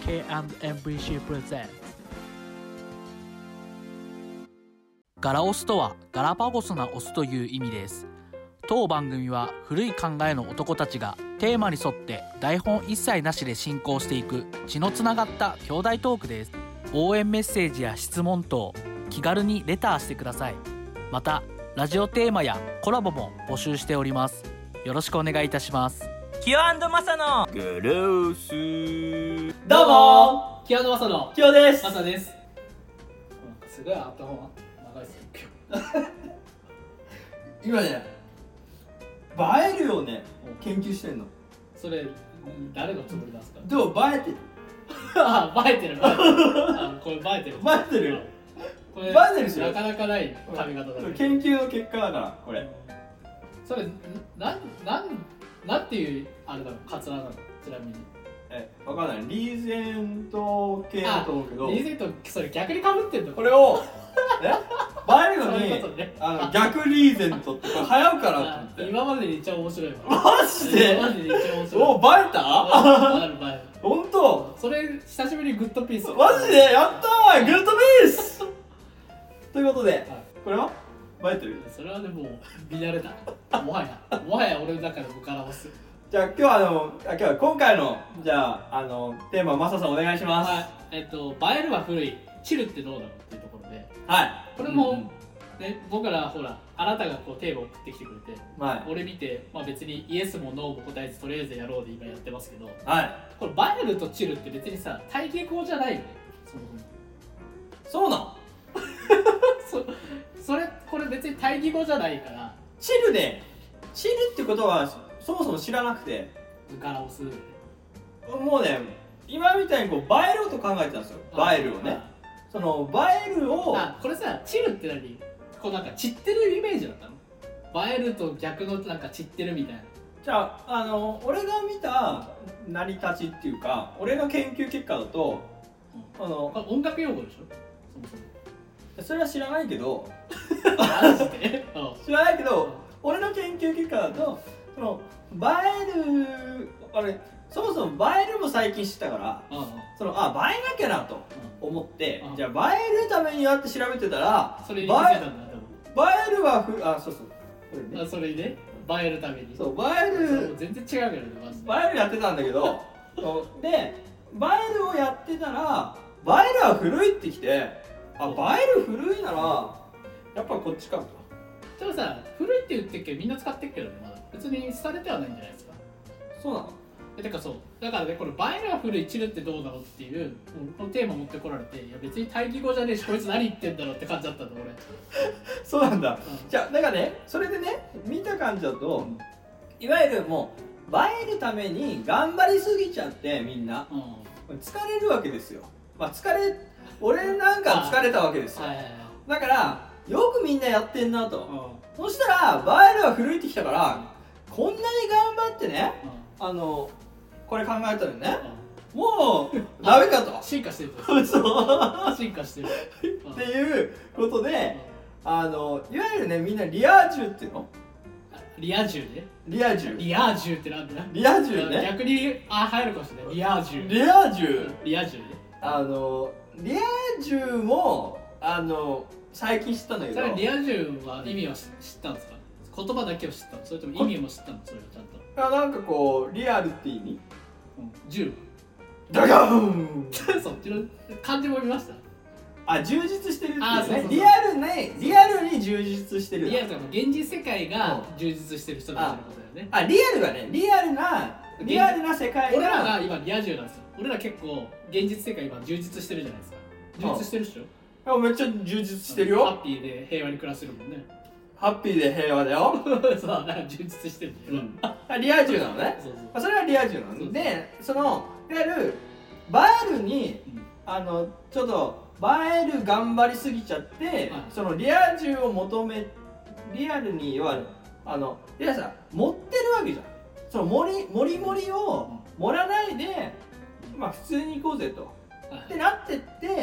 K&MBC プレゼンツ。ガラオスとはガラパゴスなオスという意味です。当番組は古い考えの男たちがテーマに沿って台本一切なしで進行していく血のつながった兄弟トークです。応援メッセージや質問等気軽にレターしてください。またラジオテーマやコラボも募集しております。よろしくお願いいたします。 キヨ&マサのガラオス。 どうもキアノマサのキヨです。 マサです。すごい頭長いですよ今ね、映えるをね研究してんの。 それ誰のつもりなんですか？ でも映えてる。 あ、映えてる。あ、これ映えてる。 映えてる。 これ映えてるでしょ。 なかなかない髪型だね。 研究の結果だからこれ。 それなんていうあれだろう、カツラなのちなみに。 わかんない。リーゼント系だと思うけど。 リーゼントそれ逆に被ってんの？ これを映えるのそうにいうことね。 逆リーゼントってこれ流行うからと思って。 今までで一番面白いわ。 マジで？ 今までで一番面白い。 お、映えた？ ある前。 本当？ それ久しぶりにグッドピース。 マジでやったー、グッドピースということで、これは映えてる？ それはね、もう見慣れた。もはや俺の中でもガラオス。 じゃあ今日は今回のじゃあテーママサさんお願いします。 はい、映えるは古い、チルってどうなのっていうところで、 はいこれも、ね、僕らほらあなたがこうテーマを送ってきてくれて、 はい俺見て、まあ、別にイエスもノーも答えずとりあえずやろうで今やってますけど、 はいこれ映えるとチルって別にさ対義語じゃないよね。そもそうなの？ そもこれ別に対義語じゃないからチルってことはそもそも知らなくて、 ガラオス。 もうね今みたいにこう映えると考えてたんですよ。映えるをね、その映えるをこれさ、チルって何？こうなんか散ってるイメージだったの？映えると逆のなんか散ってるみたいな。 じゃあ俺が見た成り立ちっていうか俺の研究結果だと、 これ音楽用語でしょ？そもそも。 それは知らないけどマジで？ 知らないけど俺の研究結果だとその映えるそもそも映えるも最近知ったからその映えなきゃなと思ってじゃあ映えるためにやって調べてたらそれ映え言い過ぎたんだるはそうこれねそれにね、映えるために。 そう映える全然違うけどね、マジで。 映えるやってたんだけどで映えるをやってたら映えるは古いってきて映える古いならやっぱこっちかと。 でもさ、古いって言ってるけどみんな使ってるけどね、まだ別に廃れてはないんじゃないですか。 そうなの？ だからね、これ映えるは古い、チルってどうなのっていうこのテーマ持ってこられて、いや別に対義語じゃねえしこいつ何言ってんだろうって感じだったんだ俺。 そうなんだ、じゃあだからねそれでね見た感じだと、いわゆるもう映えるために頑張りすぎちゃってみんな、疲れるわけですよ。俺なんか疲れたわけですよ。だからよくみんなやってんなと、そしたら映えるは古いってきたから、こんなに頑張ってね、これ考えたらね、もうダメかと進化してるそう進化してるっていうことで、いわゆるねみんなリア充っていうの？ リア充ね。 リア充ってなんだよ。 リア充ね。 逆に入るかもしれない。リア充リア充ね。 リア充も最近知ったんだけど、 それリア充は意味は知ったんですか？言葉だけを知ったの？それとも意味も知ったの？それはちゃんと。 なんかこうリアルって意味？ 10 ダガーンそっちの漢字も見ました？ 充実してるっていうね。 そうリアルに充実してる。 リアルとか現実世界が充実してる人たちのことだよね。 リアルがね、リアルな世界が。 俺らが今リア充なんですよ。俺ら結構現実世界今充実してるじゃないですか。充実してるっしょ？ めっちゃ充実してるよ。 ハッピーで平和に暮らせるもんね。 ハッピーで平和だよそう、だから充実してるんだよ。 リア充なのね。それはリア充なので、いわゆる映えるにちょっと映える頑張りすぎちゃって、そのリア充をリアルに要はリアさ持ってるわけじゃん。そのモリを盛らないで、普通に行こうぜとってなってって、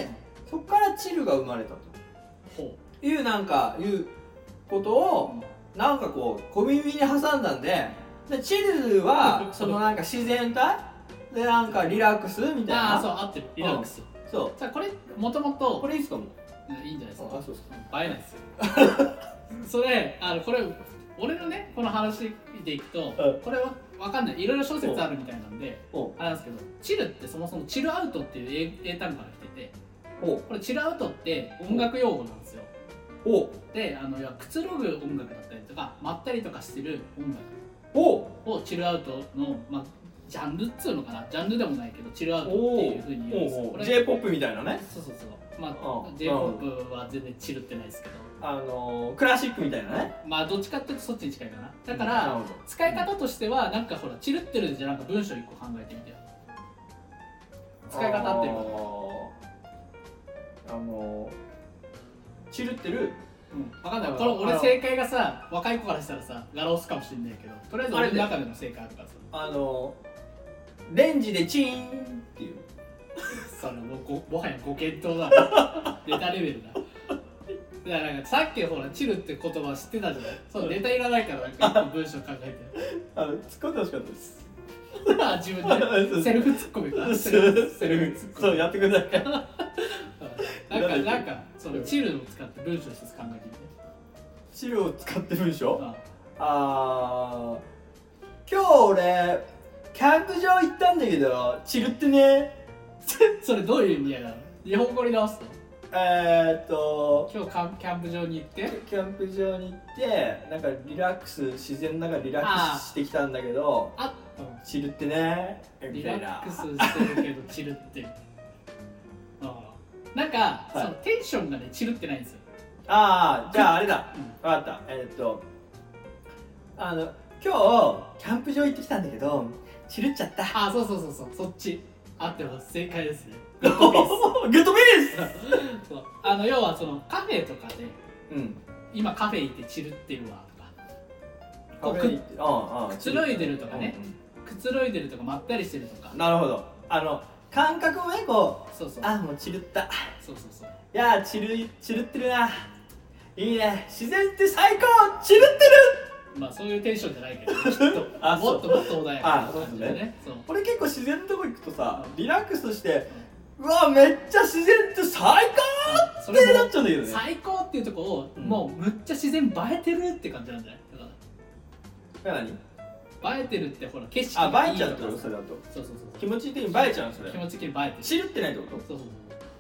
そこからチルが生まれたということをなんかこう小耳に挟んだんで、チルはそのなんか自然体でなんかリラックスみたいな。 ああそう合ってるリラックス、 そうじゃあこれもともとこれいいっすかも。 いいんじゃないですか。 あそうですか。 映えないですよそれこれ俺のねこの話でいくと、これは分かんないいろいろ諸説あるみたいなんであれなんですけど、チルってそもそもチルアウトっていう英単語から来てて、これチルアウトって音楽用語なんですよ。で要はくつろぐ音楽だったりとかまったりとかしてる音楽をチルアウトの、ジャンルっつうのかな、ジャンルでもないけどチルアウトっていうふうに言うんですよ。これ J-POP みたいなね。 そうJ-POP は全然チルってないですけど、 クラシックみたいなね。 どっちかっていうとそっちに近いかな。だから使い方としてはなんかほらチルってるじゃなんか文章1個考えてみてよ。使い方合ってるかチルってる。 分かんない。これ俺正解がさ若い子からしたらさガラオスかもしれないけど、とりあえず俺の中での正解あるからさ、 レンジでチーンっていうそれもはやご検討だネタレベルだ。だからなんかさっきほらチルって言葉知ってたじゃない。そうネタいらないからなんか一個文章考えて突っ込んでほしかったです自分でセルフツッコミかセルフツッコミそうやってくださいなんかそのチルを使って文章一つ考えてみて。 チルを使って文章？今日俺キャンプ場行ったんだけどチルってねそれどういう意味やなの？日本語に直すと今日キャンプ場に行ってキャンプ場に行ってなんかリラックス自然の中でリラックスしてきたんだけどチルってねリラックスしてるけどチルってなんか、そのテンションがねチルってないんですよ。 じゃああれだ、分かった。今日キャンプ場行ってきたんだけどチルっちゃった。 そうそっち合ってます。正解ですね。 グッドピースそう要はそのカフェとかで、今カフェ行ってチルってるわとか、くつろいでるとかね、くつろいでるとかまったりしてるとか。 なるほど。感覚をねこうもうチルった。 そういやチルってるな。いいね。自然って最高。チルってる。 そういうテンションじゃないけどきっともっと穏やかな感じでね。 俺結構自然のとこ行くとさリラックスしてうわめっちゃ自然って最高ってなっちゃうんだけどね。 最高っていうとこをもうむっちゃ自然映えてるって感じなんじゃない？だから何？ 映えてるってほら景色がいいとか。映えちゃうってことそれだと。 そう気持ち的に映えちゃうそれ。 気持ち的に映えてる。 チルってないってこと？ そう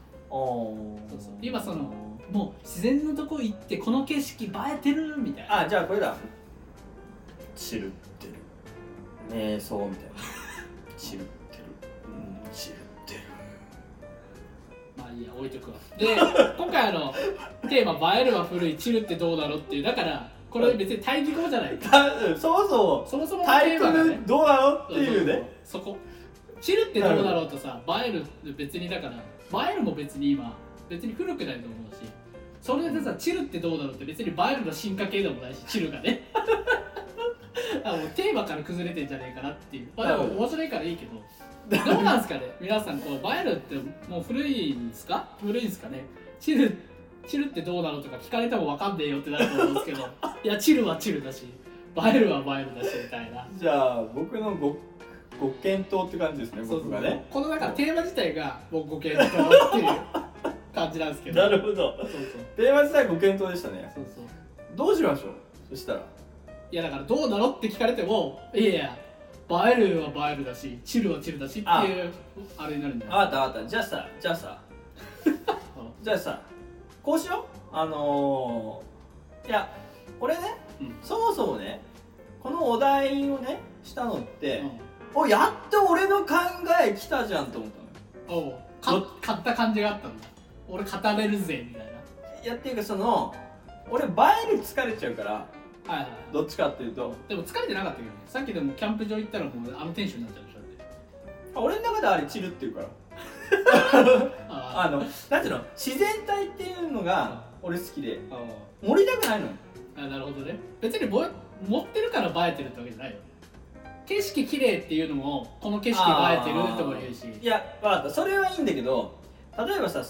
今そのもう自然のとこ行ってこの景色映えてるみたいな。 じゃあこれだ。チルってる瞑想みたいなチルってるチルってる。 いいや置いとくわ。で今回テーマ映えるは古いチルってどうだろうっていう、だからこれ別に対義語じゃないそもそものタイトテーマがねルどうだろうっていうね。 そこチルってどうだろうとさ映える別にだから映えるも別に別に古くないと思うし、それでさチルってどうだろうって別に映えるの進化系でもないしチルがねもうテーマから崩れてんじゃねえかなっていう。でも面白いからいいけどどうなんですかね皆さん。こう映えるってもう古いんですかね。チルってどうなのとか聞かれても分かんねえよってなると思うんですけどいやチルはチルだし映えるは映えるだしみたいな。 じゃあ僕のご検討って感じですね。僕がねこのだからテーマ自体がもうご検討っていう感じなんですけどなるほど。テーマ自体ご検討でしたね。どうしましょうそしたら。 いやだからどうなのって聞かれてもいや映えるは映えるだしチルはチルだしっていうあれになるんじゃないですか。 あったじゃあさじゃあさこうしよう。いや俺ね、そもそもねこのお題をねしたのって、やっと俺の考え来たじゃんと思ったのよ。 買った感じがあったんだ。俺語れるぜみたいな。 いやっていうか俺映える疲れちゃうからどっちかっていうと。 でも疲れてなかったけどね。さっきでもキャンプ場行ったらもうテンションになっちゃうでしょって。 俺の中であれチルっていうからなんていうの自然体っていうのが俺好きで盛りたくないの。 なるほどね。別に持ってるから映えてるってわけじゃないよ。景色綺麗っていうのもこの景色映えてるとも言うし。 いや分かったそれはいいんだけど、例えばさ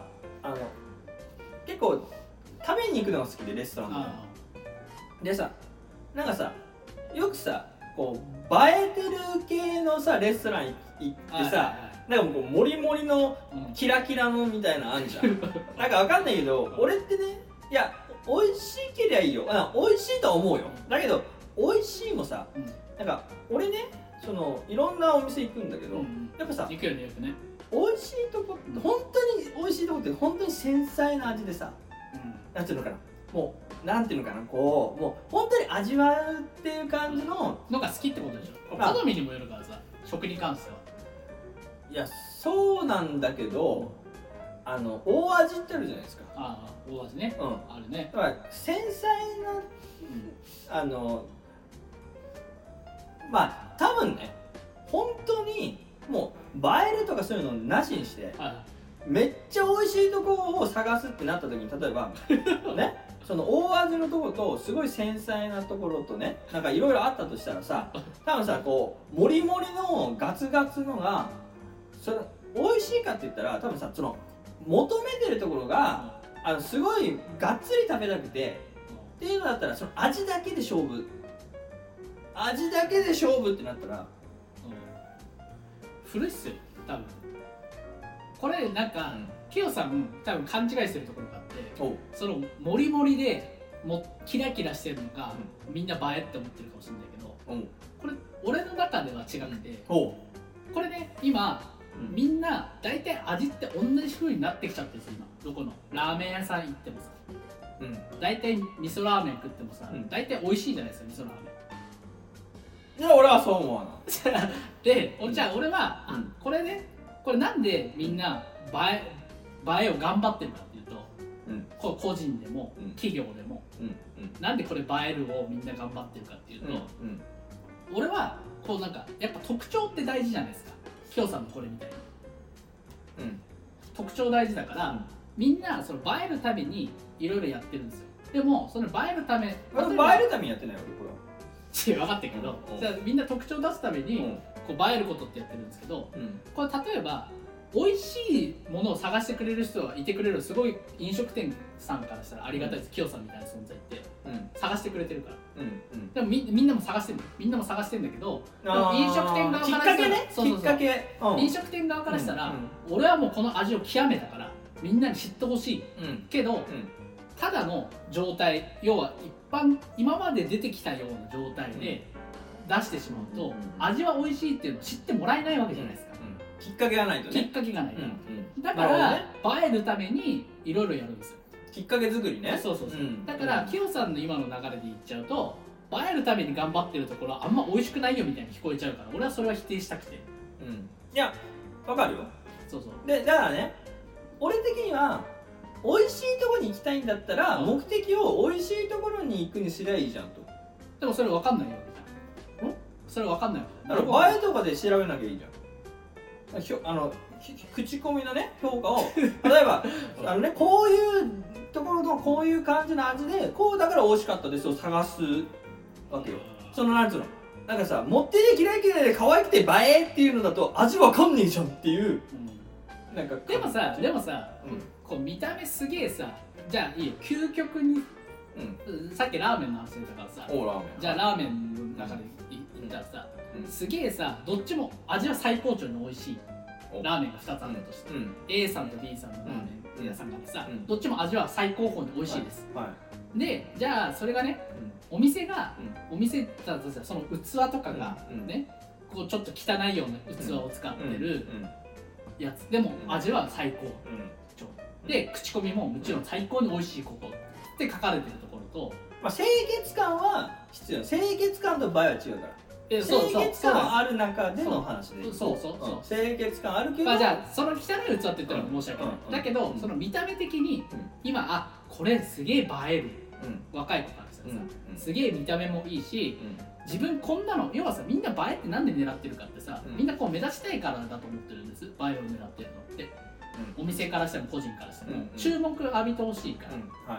結構食べに行くのが好きでレストランでさなんかさよくさこう映えてる系のさレストラン行ってさ、なんかもうモリモリのキラキラのみたいなのあんじゃんなんかわかんないけど、俺ってね、いや美味しけりゃいいよ、美味しいとは思うよ。だけど美味しいもさ、なんか俺ね、そのいろんなお店行くんだけど、やっぱさ、 行くよね、よくね。 美味しいとこって本当に美味しいとこって本当に繊細な味でさ、なんていうのかな、もうなんていうのかな、こうもう本当に味わうっていう感じののが好きってことでしょ。好みにもよるからさ、食に関しては。 いやそうなんだけど、大味ってあるじゃないですか。 ああ、大味ね、あるね。 だから繊細な、まあ多分ね、本当にもう映えるとかそういうのなしにして、めっちゃ美味しいところを探すってなった時に、例えばね、その大味のところとすごい繊細なところとね、なんかいろいろあったとしたらさ、多分さ、こうモリモリのガツガツのがそれ美味しいかって言ったら、多分さ、その求めてるところがすごいがっつり食べたくてっていうのだったら、その味だけで勝負ってなったら、 古いっすよ多分。これなんか、キヨさん多分勘違いしてるところがあって、そのモリモリでキラキラしてるのが、みんな映えって思ってるかもしれないけど、これ俺の中では違くて、これね、今みんな大体味って同じ風になってきちゃってるんですよ今。どこのラーメン屋さん行ってもさ、大体味噌ラーメン食ってもさ、大体美味しいじゃないですか、味噌ラーメン。 いや俺はそう思わないで、じゃあ俺は、これね、これなんでみんな映えを頑張ってるかっていうと、こう個人でも、企業でも、なんでこれ映えるをみんな頑張ってるかっていうと、俺はこうなんかやっぱ特徴って大事じゃないですか。キヨさんのこれみたいな、特徴大事だから、みんなその映えるためにいろいろやってるんですよ。でもその映えるため、映えるためにやってないよ俺これは。 分かってるけど、じゃあみんな特徴出すためにこう映えることってやってるんですけど、これ例えば美味しいものを探してくれる人がいてくれる、すごい飲食店さんからしたらありがたいです。キヨさんみたいな存在って探してくれてるから。でもみんなも探してる、みんなも探してるんだけど、飲食店側からしたら、きっかけ、飲食店側からしたら、俺はもうこの味を極めたからみんなに知ってほしいけど、ただの状態、要は今まで出てきたような状態で出してしまうと、味は美味しいっていうのを知ってもらえないわけじゃないですか。 きっかけがないとね。 きっかけがないから、だから映えるためにいろいろやるんですよ。 きっかけ作りね。 そうだからキヨさんの今の流れで言っちゃうと、映えるために頑張ってるところはあんま美味しくないよみたいに聞こえちゃうから、俺はそれは否定したくて。 いやわかるよ。でだからね、俺的には美味しいところに行きたいんだったら、目的を美味しいところに行くにすりゃいいじゃんと。 でもそれ分かんないよ。それ分かんないだから映えとかで調べなきゃいいじゃん。口コミのね評価を例えばこういうところのこういう感じの味でこうだから美味しかったですを探すわけよ。そのなんつうの、なんかさ、持っててキラキラで可愛くて映えっていうのだと味わかんねえじゃんっていう、なんかでもさ、こう見た目すげえさ、じゃあいいよ、究極に、さっきラーメンの話出たからさ、じゃあラーメンの中で言ったらさ、すげえさ、どっちも味は最高潮に美味しいラーメンが2つあったとして、A さんと B さんのラーメン屋さんがあってさ、どっちも味は最高峰に美味しいです。で、じゃあそれがね、お店だとさ、その器とかがね、こうちょっと汚いような器を使ってるやつでも味は最高で、口コミももちろん最高に美味しいここって書かれてるところと、 清潔感は必要。清潔感と映えは違うから。清潔感ある中での話で、清潔感あるけど、 じゃあその汚い器って言ったら申し訳ない、だけどその見た目的に今これすげえ映える、若い子からしたらさ、すげえ見た目もいいし、自分こんなの、要はさ、みんな映えってなんで狙ってるかってさ、みんなこう目指したいからだと思ってるんです。映えを狙ってるのって、お店からしても個人からしても注目浴びてほしいから、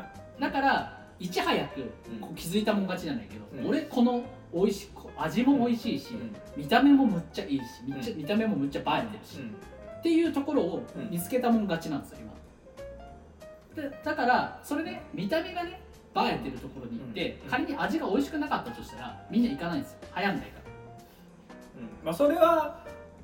だからいち早くこう気づいたもん勝ちじゃないけど、俺この美味しい味も美味しいし、見た目もむっちゃいいし、見た目もむっちゃ映えてるし、っていうところを見つけたもん勝ちなんですよ今。だからそれで見た目がね映えてるところに行って、仮に味が美味しくなかったとしたらみんな行かないんですよ。流行んないから。 それは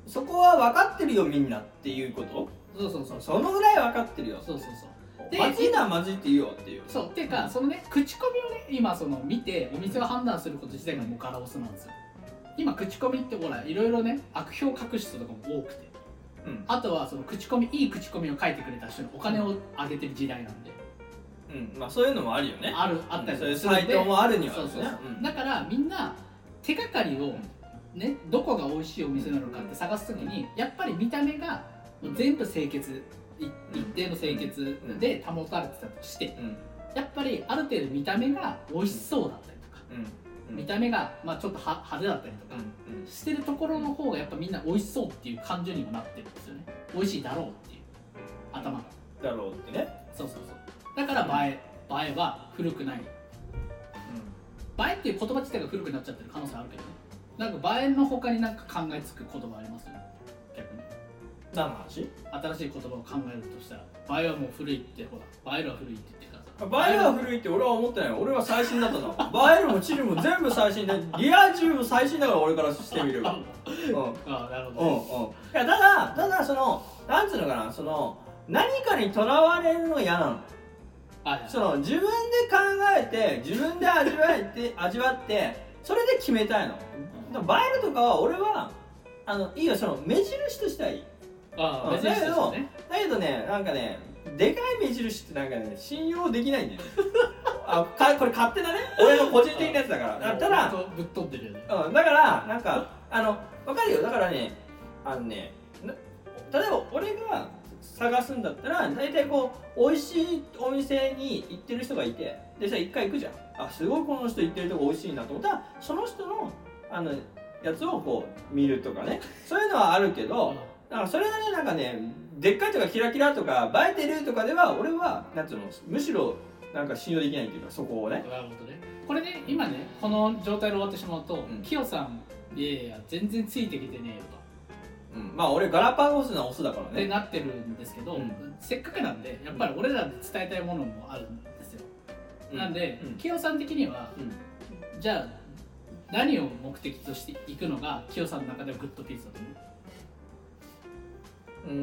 そこは分かってるよみんなっていうこと。 そうそのぐらい分かってるよ。 そうでまずいのはまずいって言うよっていう。 そうっていうか、そのね口コミをね今その見てお店を判断すること自体がもうガラオスなんですよ。今口コミってほらいろいろね悪評を書く人とかも多くて、あとはそのいい口コミを書いてくれた人にお金をあげてる時代なんで、 まあそういうのもあるよね。 あったりするんで、 サイトもあるにはね。 だからみんな手がかりをね、どこが美味しいお店なのかって探すときにやっぱり見た目が全部清潔、一定の清潔で保たれてたとして、やっぱりある程度見た目が美味しそうだったりとか、見た目がまあちょっと派手だったりとかしてるところの方がやっぱみんな美味しそうっていう感情にもなってるんですよね。美味しいだろうっていう頭がだろうってね。 そうだから映えは古くない、映えっていう言葉自体が古くなっちゃってる可能性あるけどね。なんか映えの他になんか考えつく言葉ありますよね、逆に。 何の話？ 新しい言葉を考えるとしたら、映えはもう古いってほら、映えるは古いって言ってるからさ。映えは古いって俺は思ってないよ。俺は最新だったの。映えるもチルも全部最新で、リア充も最新だから俺からしてみれば。 ああ、なるほど。 いやただそのなんつうのかな、その何かにとらわれるのが嫌なの。その自分で考えて自分で味わってそれで決めたいの。でも映えるとかは俺はいいよ、その目印としてはいい。だけどね、なんかね、でかい目印ってなんかね、信用できないんだよね。これ勝手なね、俺の個人的なやつだから。ただぶっ飛んでるよね。 だからなんかわかるよ。だからね、例えば俺が探すんだったら大体こう美味しいお店に行ってる人がいて、でさ一回行くじゃん。すごいこの人行ってるとこ美味しいなと思ったらその人のやつをこう見るとかね、そういうのはあるけど、だからそれがね、なんかね、でっかいとかキラキラとか映えてるとかでは俺はなんつうの、むしろなんか信用できないっていうか、そこをね。 なるほどね。これね、今ねこの状態で終わってしまうと、キヨさんいや全然ついてきてねえよと。 まあ俺ガラパゴスなオスだからねってなってるんですけど、せっかくなんでやっぱり俺らで伝えたいものもあるんですよ。なんでキヨさん的には、じゃあ何を目的としていくのがキヨさんの中ではグッドピースだと思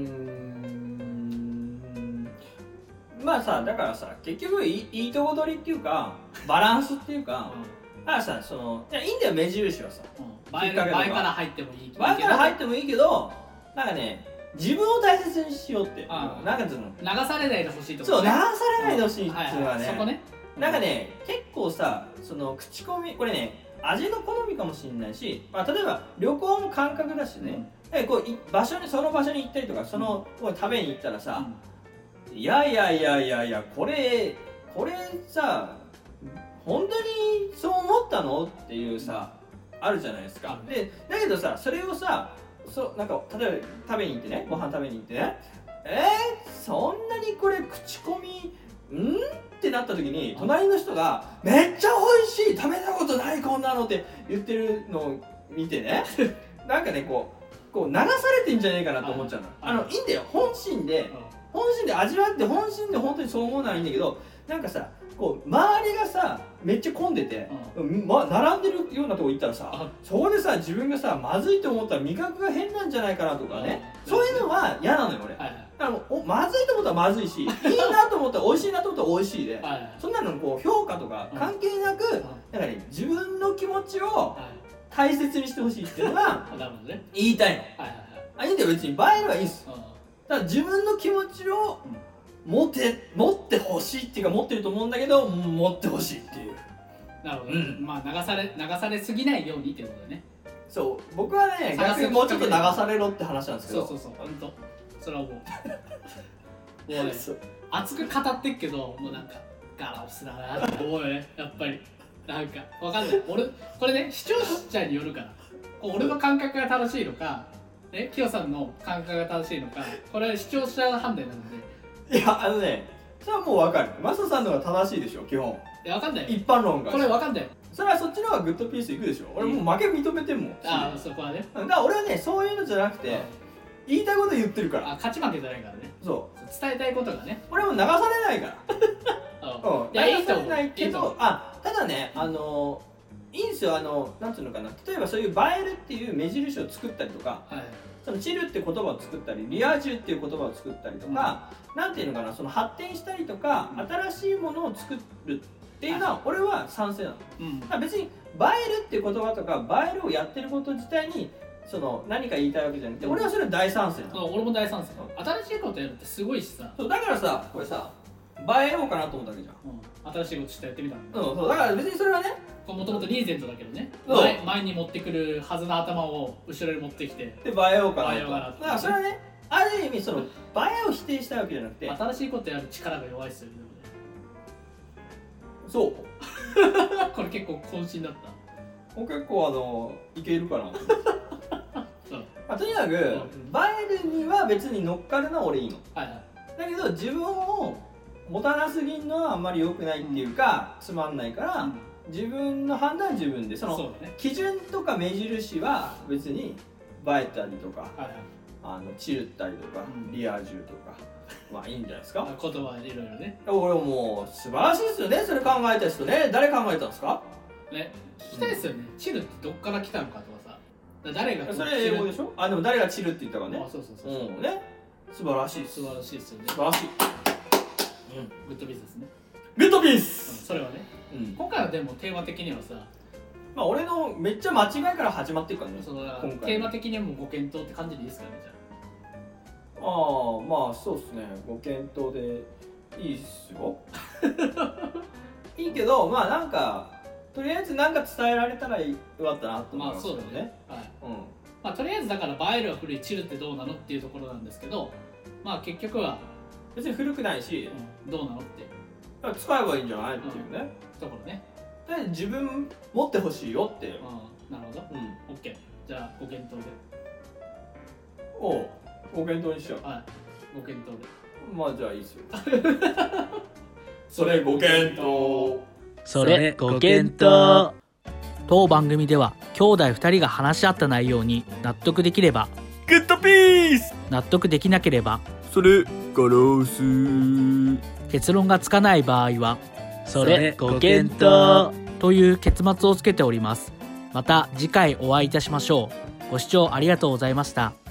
う？ まあさ、だからさ、結局いいとこ取りっていうかバランスっていうか、だからさ、そのいいんだよ、目印はさ、 映えから入ってもいいけど、 映えから入ってもいいけど、なんかね、自分を大切にしようっていう、なんかその流されないでほしいとか、 そう、流されないでほしいっていうのはね、 そこね、 なんかね、結構さ、その口コミ、これね、味の好みかもしれないし、例えば旅行の感覚だしね、こうその場所に行ったりとか、その食べに行ったらさ、いやこれさ、本当にそう思ったのっていうさ、あるじゃないですか。でだけどさ、それをさ、なんか例えば食べに行ってね、ご飯食べに行ってね、そんなにこれ口コミってなった時に、隣の人がめっちゃ美味しい、食べたことないこんなのって言ってるのを見てねなんかね、こう流されてんじゃねえかなと思っちゃうの。いいんだよ、本心で味わって、本心で本当にそう思うならいいんだけど、なんかさ、こう周りがさめっちゃ混んでて、並んでるようなとこ行ったらさ、そこでさ自分がさまずいと思ったら味覚が変なんじゃないかなとかね、そういうのは嫌なのよ俺。だからまずいと思ったらまずいし、いいなと思ったら美味しいなと思ったら美味しいで、そんなのこう評価とか関係なく、なんかね、自分の気持ちを大切にしてほしいっていうのが言いたいの。いいんだよ、別に映えればいいんです。ただ自分の気持ちを持ってほしいっていうか、持ってると思うんだけど持ってほしいっていう。 なるほど、まあ流されすぎないようにっていうことだね。 そう、僕はね、逆にもうちょっと流されろって話なんですけど。 そう本当それはもうもうね、熱く語ってっけど、もうなんかガラオスだなって思うよね、やっぱり。なんかわかんない、俺これね、視聴者によるから、俺の感覚が正しいのかキヨさんの感覚が正しいのか、これは視聴者判断なので。 いや、それはもう分かる。マサさんのが正しいでしょ、基本。 いや、分かんない。 一般論が。 これ分かんない。 それはそっちの方がグッドピースいくでしょ。俺もう負け認めてんもん。 そこはね。 だから俺はね、そういうのじゃなくて、言いたいこと言ってるから。 勝ち負けじゃないからね。 そう。 伝えたいことがね。 俺も流されないから。流されないけど、ただね、いいんですよ、なんていうのかな、例えばそういう映えるっていう目印を作ったりとかそのチルって言葉を作ったりリア充っていう言葉を作ったりとか、なんていうのかな、その発展したりとか、新しいものを作るっていうのは俺は賛成なの。だから別に映えるっていう言葉とか映えるをやってること自体にその何か言いたいわけじゃなくて、俺はそれは大賛成なの。 俺も大賛成。新しいことやるってすごいしさ。 そうだからさ、これさ映えようかなと思ったわけじゃん。 新しいことしてやってみたんだ。 そうだから別にそれはね、 もともとリーゼントだけどね、前に持ってくるはずの頭を後ろに持ってきてで映えようかなと。だからそれはね、ある意味その映えを否定したわけじゃなくて、 新しいことやる力が弱いっすよね。 そうこれ結構渾身だった。 結構いけるかなとにかく映えるには別に乗っかるのは俺いいの、だけど自分を持たなすぎんのはあんまり良くないっていうか、つまんないから、自分の判断は自分で、その基準とか目印は別に映えたりとか、チルったりとか、リア充とかまあいいんじゃないですか。 言葉いろいろね。 俺もう素晴らしいですよね、それ考えた人ね。誰考えたんですかね。聞きたいですよね、チルってどっから来たのかとかさ、誰がそれ英語でしょ。でも誰がチルって言ったかね。 そうね、素晴らしいです。 素晴らしいですよね。 素晴らしい。 グッドビズですね。 グッドビース。 それはね、今回はでもテーマ的にはさ、 まあ俺のめっちゃ間違いから始まってるからね。 テーマ的にはもうご検討って感じでいいですかね、じゃあ。まあそうっすね、ご検討でいいっすよいいけど、まあなんかとりあえずなんか伝えられたらよかったなと思いますよね。 まあとりあえずだから映えるは古い、チルってどうなのっていうところなんですけど、まあ結局は別に古くないし、 どうなのって使えばいいんじゃないっていうね、 ところね。 で自分持ってほしいよっていう。 なるほど。OK。じゃあご検討で。 ご検討にしよう。 ご検討で。 まあじゃあいいっすよそれご検討。 それご検討。当番組では兄弟2人が話し合った内容に納得できればグッドピース、 納得できなければそれガラス、 結論がつかない場合はそれご検討という結末をつけております。また次回お会いいたしましょう。ご視聴ありがとうございました。